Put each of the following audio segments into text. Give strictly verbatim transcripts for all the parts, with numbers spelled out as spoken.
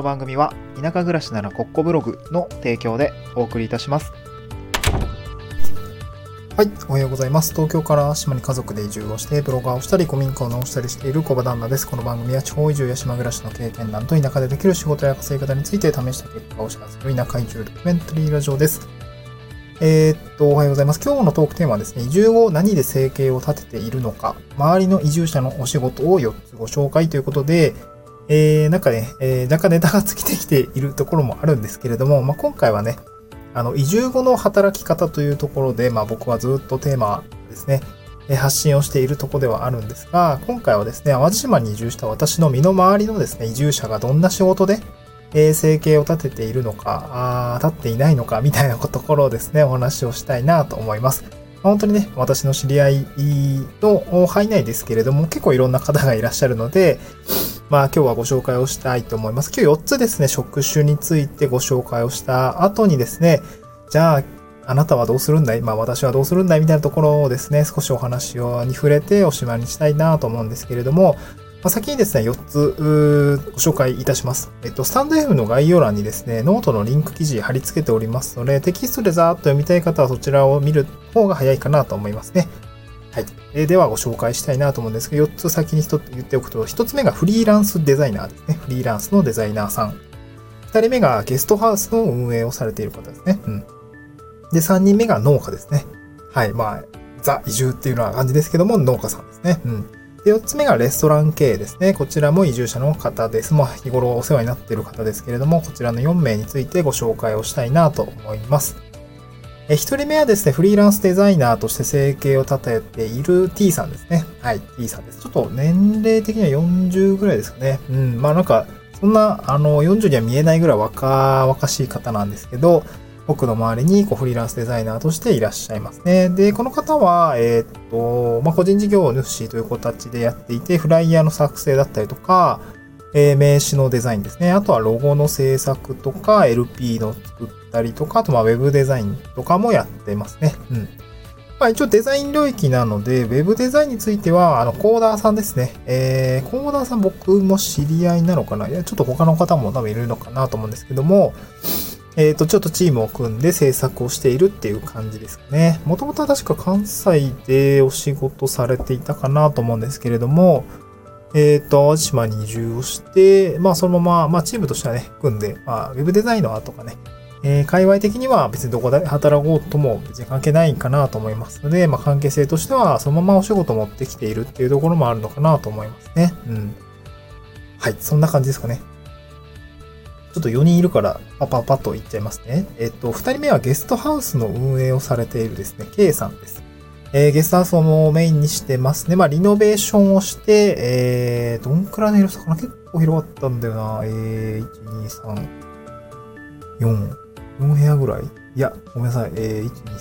の番組は田舎暮らしならコッコブログの提供でお送りいたします。 はい、おはようございます。東京から島に家族で移住をしてブロガーをしたり古民家を直したりしている小場旦那です。この番組は地方移住や島暮らしの経験談と田舎でできる仕事や稼ぎ方について試した結果を知らせる田舎移住ドキュメンタリーラジオです。えー、っと、おはようございます。今日のトークテーマはですね、移住後何で生計を立てているのか、周りの移住者のお仕事をよっつご紹介ということで、えー、なんかね、えー、若干ネタが尽きてきているところもあるんですけれども、まあ、今回はね、あの、移住後の働き方というところで、まあ僕はずっとテーマですね、発信をしているところではあるんですが、今回はですね、淡路島に移住した私の身の回りのですね、移住者がどんな仕事で、えー、生計を立てているのか、あ立っていないのか、みたいなところをですね、お話をしたいなと思います。本当にね、私の知り合いの範囲内ですけれども、結構いろんな方がいらっしゃるので、まあ今日はご紹介をしたいと思います。今日よっつですね、職種についてご紹介をした後にですね、じゃあ、あなたはどうするんだいまあ私はどうするんだいみたいなところをですね、少しお話をに触れておしまいにしたいなと思うんですけれども、まあ、先にですね、よっつご紹介いたします。えっと、スタンド F の概要欄にですね、ノートのリンク記事貼り付けておりますので、テキストでざーっと読みたい方はそちらを見る方が早いかなと思いますね。はい。えー、ではご紹介したいなと思うんですけど、よっつ先に一つ言っておくと、ひとつめがフリーランスデザイナーですね。フリーランスのデザイナーさん。ふたりめがゲストハウスの運営をされている方ですね。うん。で、さんにんめが農家ですね。はい。まあ、ザ・移住っていうような感じですけども、農家さんですね。うん。で、よっつめがレストラン経営ですね。こちらも移住者の方です。まあ、日頃お世話になっている方ですけれども、こちらのよんめいについてご紹介をしたいなと思います。え、ひとりめはですね、フリーランスデザイナーとして生計を立てている T さんですね。はい、T さんです。ちょっと年齢的にはよんじゅうぐらいですかね。うん、まあなんか、そんな、あの、よんじゅうには見えないぐらい若々しい方なんですけど、僕の周りにこうフリーランスデザイナーとしていらっしゃいますね。で、この方は、えー、っと、まあ個人事業主という形でやっていて、フライヤーの作成だったりとか、えー、名刺のデザインですね。あとはロゴの制作とか、エルピー の作ったりとか、あとまあウェブデザインとかもやってますね。うん。まあ一応デザイン領域なので、ウェブデザインについては、あの、コーダーさんですね。えー、コーダーさん僕も知り合いなのかな？いや、ちょっと他の方も多分いるのかなと思うんですけども、えっと、ちょっとチームを組んで制作をしているっていう感じですかね。もともとは確か関西でお仕事されていたかなと思うんですけれども、えっと、淡路島に移住をして、まあそのまま、まあチームとしてはね、組んで、まあウェブデザイナーとかね、えー、界隈的には別にどこで働こうとも別に関係ないかなと思いますので、まあ関係性としてはそのままお仕事を持ってきているっていうところもあるのかなと思いますね。うん。はい、そんな感じですかね。ちょっとよにんいるから、パパパッと言っちゃいますね。えっと、ふたりめはゲストハウスの運営をされているですね、K さんです。えー、ゲストハウスをメインにしてますね。まあ、リノベーションをして、えー、どんくらいの広さかな？結構広かったんだよな。えー、いち、に、さん、よん、よん部屋ぐらい？いや、ごめんなさい。えー、いち、に、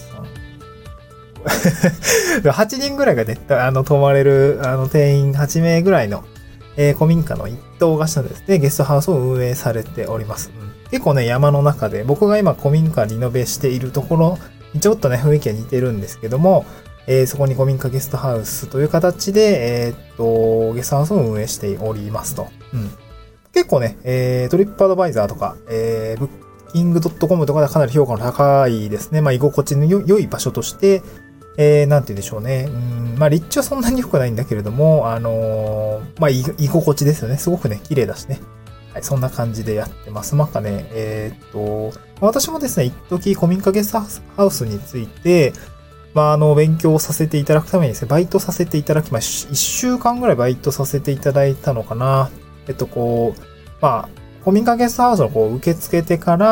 さん。はちにんぐらいがね、あの、泊まれる、あの、定員はちめいぐらいの、えー、古民家の一棟貸しのですね、ゲストハウスを運営されております。うん、結構ね、山の中で、僕が今古民家リノベしているところにちょっとね、雰囲気が似てるんですけども、えー、そこに古民家ゲストハウスという形で、えー、っと、ゲストハウスを運営しておりますと。うん、結構ね、えー、トリップアドバイザーとか、えー、ブッキングドットコム とかでかなり評価の高いですね。まあ、居心地の良い場所として、えー、なんて言うんでしょうね。うん、まあ、立地はそんなに良くないんだけれども、あのー、まあ、居心地ですよね。すごくね、綺麗だしね。はい、そんな感じでやってます。なんかね、えー、っと、私もですね、一時古民家ゲストハウスについて、まあ、あの、勉強させていただくためにですね、バイトさせていただきまし、一週間ぐらいバイトさせていただいたのかな。えっと、こう、まあ、古民家ゲストハウスのこう、受け付けてから、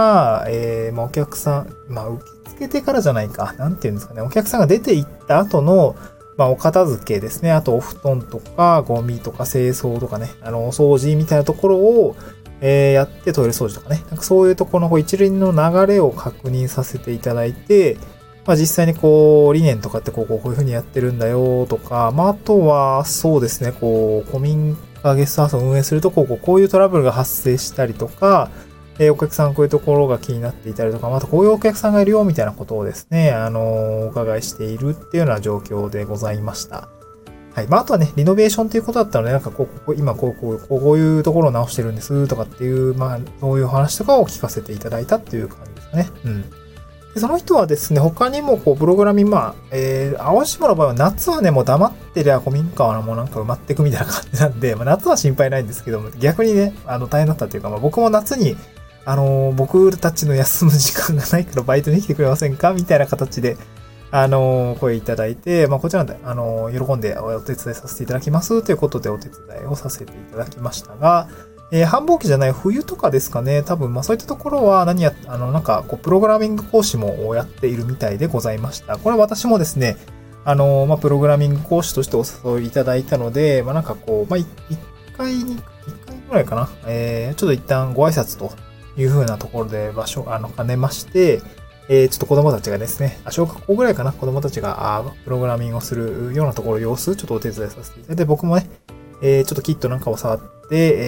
えー、まあ、お客さん、まあ、受け付けてからじゃないか。なんていうんですかね。お客さんが出て行った後の、まあ、お片付けですね。あと、お布団とか、ゴミとか、清掃とかね。あの、お掃除みたいなところを、えー、やって、トイレ掃除とかね。なんかそういうところのこう一連の流れを確認させていただいて、まあ実際にこう、理念とかってこう、こういう風にやってるんだよとか、まああとは、そうですね、こう、古民家ゲストハウスを運営すると、こう、こういうトラブルが発生したりとか、えー、お客さんこういうところが気になっていたりとか、またこういうお客さんがいるよみたいなことをですね、あのー、お伺いしているっていうような状況でございました。 はい。まあ、あとはね、リノベーションということだったので、なんかこう、ここ今こう、こう、こうこういうところを直してるんですとかっていう、まあ、そういう話とかを聞かせていただいたっていう感じですかね。うん。でその人はですね、他にもこう、プログラミング、まあ、えー、青島の場合は夏はね、もう黙ってりゃ古民家はもうなんか埋まっていくみたいな感じなんで、まあ、夏は心配ないんですけども、逆にね、あの、大変だったっていうか、まあ、僕も夏に、あのー、僕たちの休む時間がないからバイトに来てくれませんかみたいな形で、あのー、声いただいて、まあ、こちらで、あのー、喜んでお手伝いさせていただきますということでお手伝いをさせていただきましたが、えー、繁忙期じゃない冬とかですかね、多分、まあ、そういったところは何や、あの、なんか、こう、プログラミング講師もやっているみたいでございました。これは私もですね、あのー、まあ、プログラミング講師としてお誘いいただいたので、まあ、なんかこう、まあ、一回に、一回ぐらいかな、えー、ちょっと一旦ご挨拶という風なところで場所、あの、兼ねまして、えー、ちょっと子供たちがですね、小学校ぐらいかな、子供たちが、あプログラミングをするようなところ、様子、ちょっとお手伝いさせていただいて、僕もね、えー、ちょっとキットなんかを触って、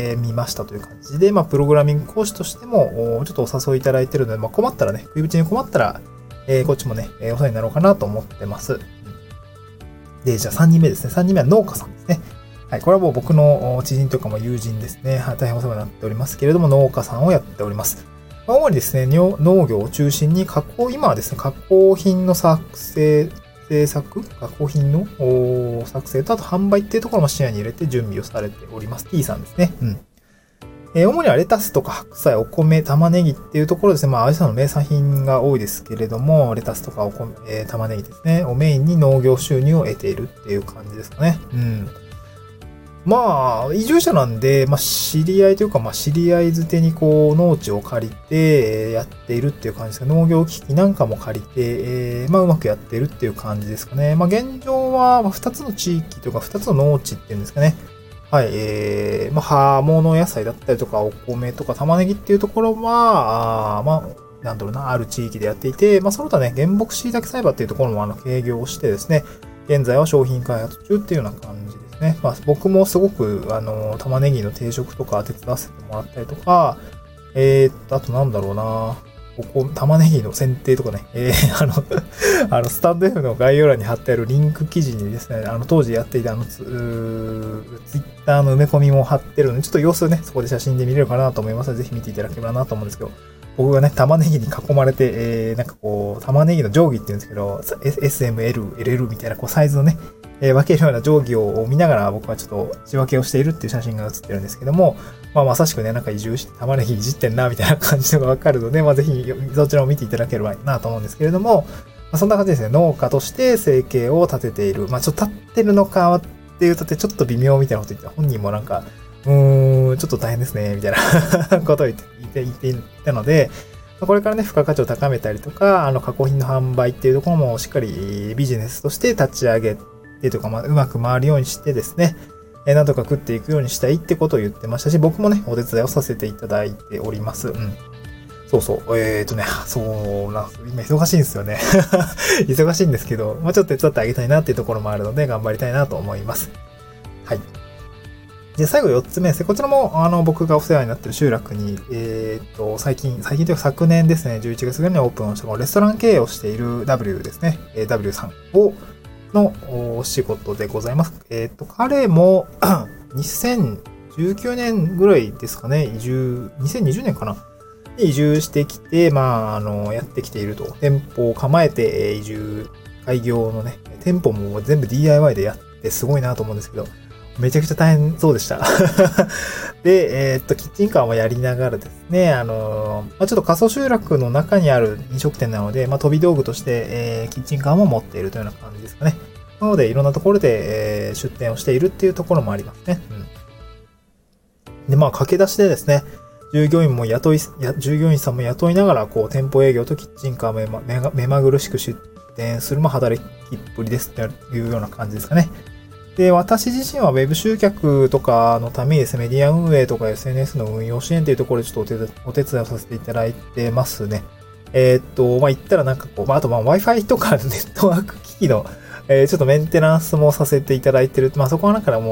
えー、見ましたという感じで、まあ、プログラミング講師としても、ちょっとお誘いいただいているので、まあ、困ったらね、食いぶちに困ったら、えー、こっちもね、えー、お世話になろうかなと思ってます。で、じゃあさんにんめですね。さんにんめは農家さんですね。はい、これはもう僕の知人とかも友人ですね。はい、大変お世話になっておりますけれども、農家さんをやっております。主にですね、農業を中心に加工、今はですね、加工品の作成、制作、加工品の作成と、あと販売っていうところも視野に入れて準備をされております。T さんですね。うん。えー、主にはレタスとか白菜、お米、玉ねぎっていうところですね。まあ、アジサの名産品が多いですけれども、レタスとかお米、えー、玉ねぎですね。をメインに農業収入を得ているっていう感じですかね。うん。まあ、移住者なんで、まあ、知り合いというか、まあ、知り合いづてにこう、農地を借りて、やっているっていう感じですか。農業機器なんかも借りて、えー、まあ、うまくやっているっていう感じですかね。まあ、現状は、ふたつの地域というか、ふたつの農地っていうんですかね。はい、えー、まあ、葉物野菜だったりとか、お米とか玉ねぎっていうところは、あまあ、なんだろうな、ある地域でやっていて、まあ、その他ね、原木椎茸栽培っていうところも、あの、営業をしてですね、現在は商品開発中っていうような感じですね。まあ、僕もすごく、あの、玉ねぎの定食とか手伝わせてもらったりとか、えー、っと、あとなんだろうな、ここ、玉ねぎの剪定とかね、えー、あの、あの、スタンド F の概要欄に貼ってあるリンク記事にですね、あの、当時やっていたあの、ツイッターの埋め込みも貼ってるので、ちょっと様子をね、そこで写真で見れるかなと思いますので、ぜひ見ていただければなと思うんですけど、僕がね、玉ねぎに囲まれて、えー、なんかこう、玉ねぎの定規って言うんですけど、エスエムエル、エルエル みたいなこうサイズのね、えー、分けるような定規を見ながら僕はちょっと仕分けをしているっていう写真が写ってるんですけども、まあまさしくね、なんか移住して玉ねぎいじってんな、みたいな感じのがわかるので、まあぜひそちらを見ていただければなと思うんですけれども、まあ、そんな感じですね、農家として生計を立てている。まあちょっと立ってるのかっていうとってちょっと微妙みたいなこと言って、本人もなんか、うーん、ちょっと大変ですね、みたいなことを言って、言っていたので、これからね、付加価値を高めたりとか、あの、加工品の販売っていうところもしっかりビジネスとして立ち上げてとか、まあ、うまく回るようにしてですね、えー、なんとか食っていくようにしたいってことを言ってましたし、僕もね、お手伝いをさせていただいております。うん。そうそう。えーとね、そうなんです。今忙しいんですよね。忙しいんですけど、まあ、ちょっと手伝ってあげたいなっていうところもあるので、頑張りたいなと思います。はい。で、最後よっつめですね。こちらも、あの、僕がお世話になっている集落に、えっと、最近、最近というか昨年ですね、じゅういちがつぐらいにオープンをした、レストラン経営をしている W ですね。ダブリュー さんを、のお仕事でございます。えっと、彼も、にせんじゅうきゅうねんぐらいですかね、移住、にせんにじゅうねんかなに移住してきて、まあ、あの、やってきていると。店舗を構えて、移住、開業のね、店舗も全部 ディーアイワイ でやってすごいなと思うんですけど、めちゃくちゃ大変そうでした。で、えー、っと、キッチンカーもやりながらですね、あのー、まあ、ちょっと過疎集落の中にある飲食店なので、まあ、飛び道具として、えー、キッチンカーも持っているというような感じですかね。なので、いろんなところで、えー、出店をしているっていうところもありますね。うん。で、まあ、駆け出しでですね、従業員も雇い、従業員さんも雇いながら、こう、店舗営業とキッチンカーも目ま、目が、目まぐるしく出店する、まあ、働きっぷりですっていうような感じですかね。で、私自身は Web 集客とかのためにですね、メディア運営とか エスエヌエス の運用支援というところでちょっとお手、お手伝いをさせていただいてますね。えー、っと、まあ、言ったらなんかこう、まあ、あとまあ Wi-Fi とかネットワーク機器の、えー、ちょっとメンテナンスもさせていただいてる。まあ、そこはなんかも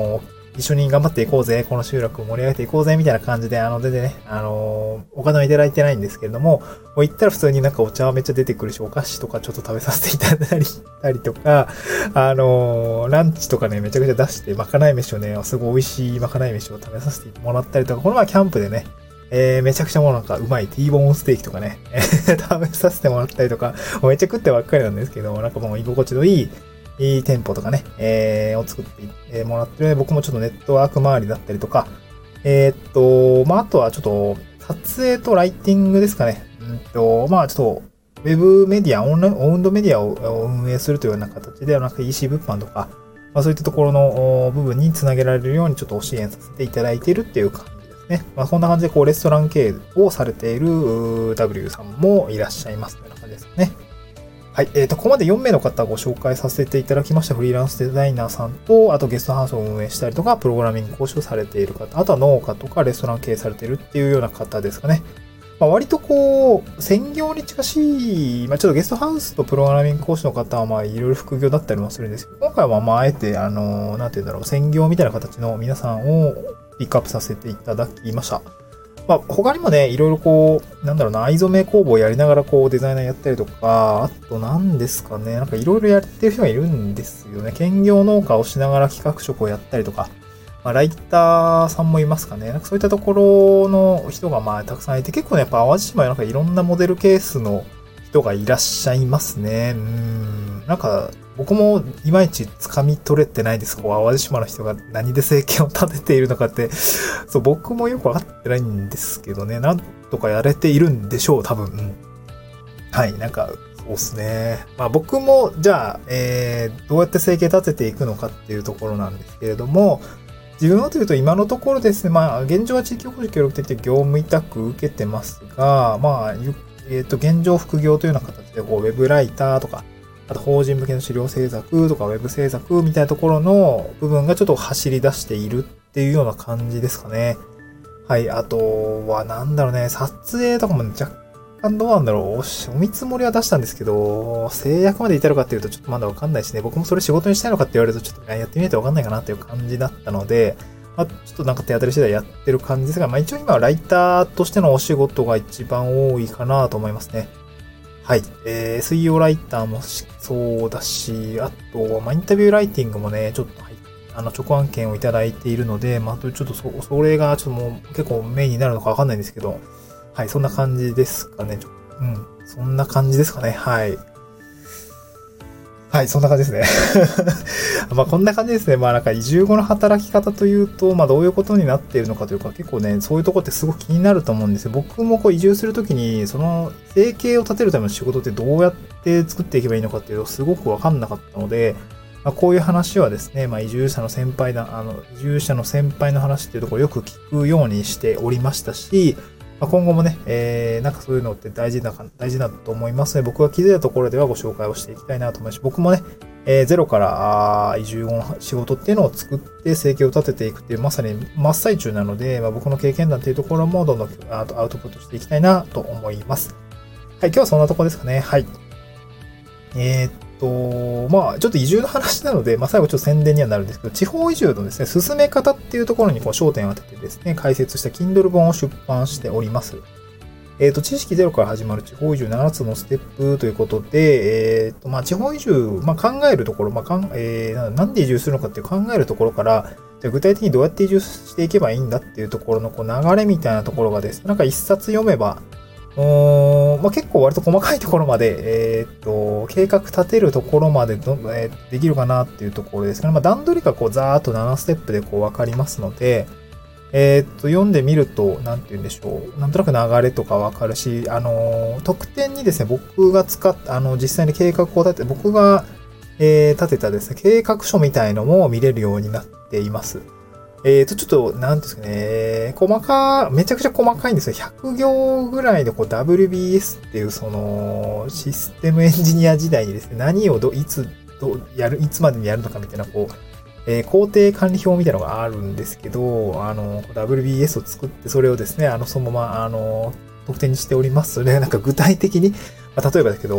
一緒に頑張っていこうぜ、この集落を盛り上げていこうぜ、みたいな感じで、あの、全然ね、あのー、お金はいただいてないんですけれども、もう行ったら普通になんかお茶はめっちゃ出てくるし、お菓子とかちょっと食べさせていただいたりとか、あのー、ランチとかね、めちゃくちゃ出して、まかない飯をね、すごい美味しいまかない飯を食べさせてもらったりとか、この前キャンプでね、えー、めちゃくちゃもうなんかうまい T ボーンステーキとかね、食べさせてもらったりとか、もうめっちゃ食ってばっかりなんですけど、なんかもう居心地のいい、いい店舗とかね、えー、を作ってもらってるね、僕もちょっとネットワーク周りだったりとか、えー、っと、まあ、あとはちょっと、撮影とライティングですかね。うんと、まあ、ちょっと、ウェブメディア、オンライン、オウンドメディアを運営するというような形で、なんか イーシー 物販とか、まあ、そういったところの部分につなげられるようにちょっとご支援させていただいているっていう感じですね。まあ、こんな感じで、こう、レストラン経営をされている W さんもいらっしゃいますというような感じですね。はい。えっと、ここまでよんめいの方をご紹介させていただきました。フリーランスデザイナーさんと、あとゲストハウスを運営したりとか、プログラミング講師をされている方、あとは農家とかレストラン経営されているっていうような方ですかね。まあ、割とこう、専業に近しい、まあ、ちょっとゲストハウスとプログラミング講師の方は、まあ、いろいろ副業だったりもするんですけど、今回はまあ、あえて、あの、なんて言うんだろう、専業みたいな形の皆さんをピックアップさせていただきました。まあ、他にもね、いろいろこう、なんだろうな、藍染め工房をやりながらこうデザイナーやったりとか、あと何ですかね、なんかいろいろやってる人がいるんですよね。兼業農家をしながら企画職をやったりとか、まあ、ライターさんもいますかね。なんかそういったところの人がまあたくさんいて、結構ね、やっぱ淡路島はなんかいろんなモデルケースの人がいらっしゃいますね。うーん。なんか、僕もいまいち掴み取れてないです。こう、淡路島の人が何で生計を立てているのかって、そう、僕もよくわかってないんですけどね。なんとかやれているんでしょう、多分。うん、はい、なんか、そうですね。まあ僕も、じゃあ、えー、どうやって生計立てていくのかっていうところなんですけれども、自分はというと今のところですね、まあ現状は地域おこし協力的業務委託受けてますが、まあ、えっと、現状副業というような形で、こう、ウェブライターとか、あと法人向けの資料制作とかウェブ制作みたいなところの部分がちょっと走り出しているっていうような感じですかね。はい。あとはなんだろうね、撮影とかも若干どうなんだろう。お見積もりは出したんですけど、制約まで至るかっていうとちょっとまだわかんないしね、僕もそれ仕事にしたいのかって言われるとちょっとやってみないとわかんないかなっていう感じだったので、まあ、ちょっとなんか手当たり次第やってる感じですが、まあ一応今はライターとしてのお仕事が一番多いかなと思いますね。はい。えー、エスイーオー ライターもそうだし、あとは、まあ、インタビューライティングもね、ちょっと、はい、あの、直案件をいただいているので、まあ、ちょっとそ、それが、ちょっともう、結構メインになるのかわかんないんですけど、はい、そんな感じですかね。うん。そんな感じですかね。はい。はい、そんな感じですね。まあこんな感じですね。まあなんか移住後の働き方というと、まあどういうことになっているのかというか、結構ね、そういうとこってすごく気になると思うんですよ。僕もこう移住するときに、その生計を立てるための仕事ってどうやって作っていけばいいのかっていうと、すごくわかんなかったので、まあこういう話はですね、まあ移住者の先輩だ、あの、移住者の先輩の話っていうところをよく聞くようにしておりましたし、まあ、今後もね、えー、なんかそういうのって大事だか、大事だと思いますので、僕が気づいたところではご紹介をしていきたいなと思いますし、僕もね、えー、ゼロから移住後の仕事っていうのを作って生計を立てていくっていう、まさに真っ最中なので、まあ、僕の経験談っていうところもどんどんアウトプットしていきたいなと思います。はい、今日はそんなところですかね。はい。えー、っと、まあ、ちょっと移住の話なので、まあ、最後ちょっと宣伝にはなるんですけど、地方移住のですね、進め方っていうところにこう焦点を当ててですね、解説した Kindle 本を出版しております。えっと、知識ゼロから始まる地方移住ななつのステップということで、えっと、まあ、地方移住、まあ、考えるところ、まあ、かん、えー、なんで移住するのかっていう考えるところから、じゃあ具体的にどうやって移住していけばいいんだっていうところのこう流れみたいなところがですね、なんか一冊読めば、うーんまあ、結構割と細かいところまで、えー、っと、計画立てるところまでど、えー、できるかなっていうところですね。まあ、段取りがこう、ざーっとななステップでこう、わかりますので、えー、っと、読んでみると、なんて言うんでしょう。なんとなく流れとかわかるし、あの、特典にですね、僕が使っあの、実際に計画を立てて、僕が、えー、立てたですね、計画書みたいのも見れるようになっています。えーと、ちょっと、なんですかね、細か、めちゃくちゃ細かいんですよ。ひゃくぎょうぐらいで、こう、ダブリュービーエス っていう、その、システムエンジニア時代にですね、何をど、いつ、どうやる、いつまでにやるのかみたいな、こう、えー、工程管理表みたいなのがあるんですけど、あの、ダブリュービーエス を作って、それをですね、あの、そのまま、あの、特典にしておりますので、なんか具体的に、まあ、例えばだけど、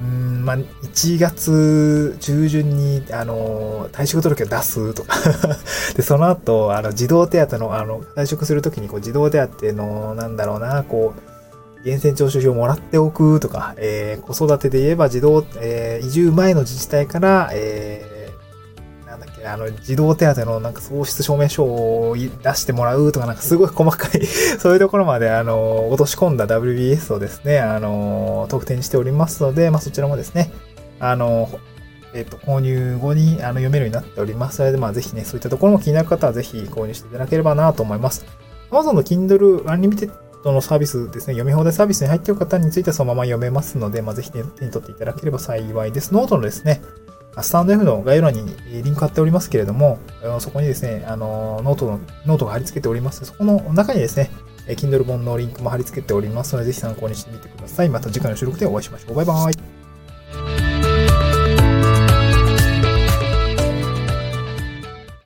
ーん、まあ、いちがつ中旬に、あの、退職届を出すとかで、その後、あの、児童手当の、あの、退職するときに、こう、児童手当の、なんだろうな、こう、源泉徴収票をもらっておくとか、えー、子育てで言えば児童、えー、移住前の自治体から、えー、なんだっけ、あの、児童手当のなんか喪失証明書を出してもらうとか、なんかすごい細かいそういうところまで、あの、落とし込んだ ダブリュービーエス をですね、あの、特典にしておりますので、まあ、そちらもですね、あの、えっと、購入後にあの読めるようになっております。それで、まあ、ぜひね、そういったところも気になる方は、ぜひ購入していただければなと思います。Amazon の Kindle Unlimited のサービスですね、読み放題サービスに入っている方についてはそのまま読めますので、まあ、ぜひ、ね、手に取っていただければ幸いです。ノートのですね、スタンド F の概要欄にリンク貼っておりますけれども、そこにですね、あの、ノートの、ノートが貼り付けております。そこの中にですね、Kindle 本のリンクも貼り付けておりますので、ぜひ参考にしてみてください。また次回の収録でお会いしましょう。バイバイ。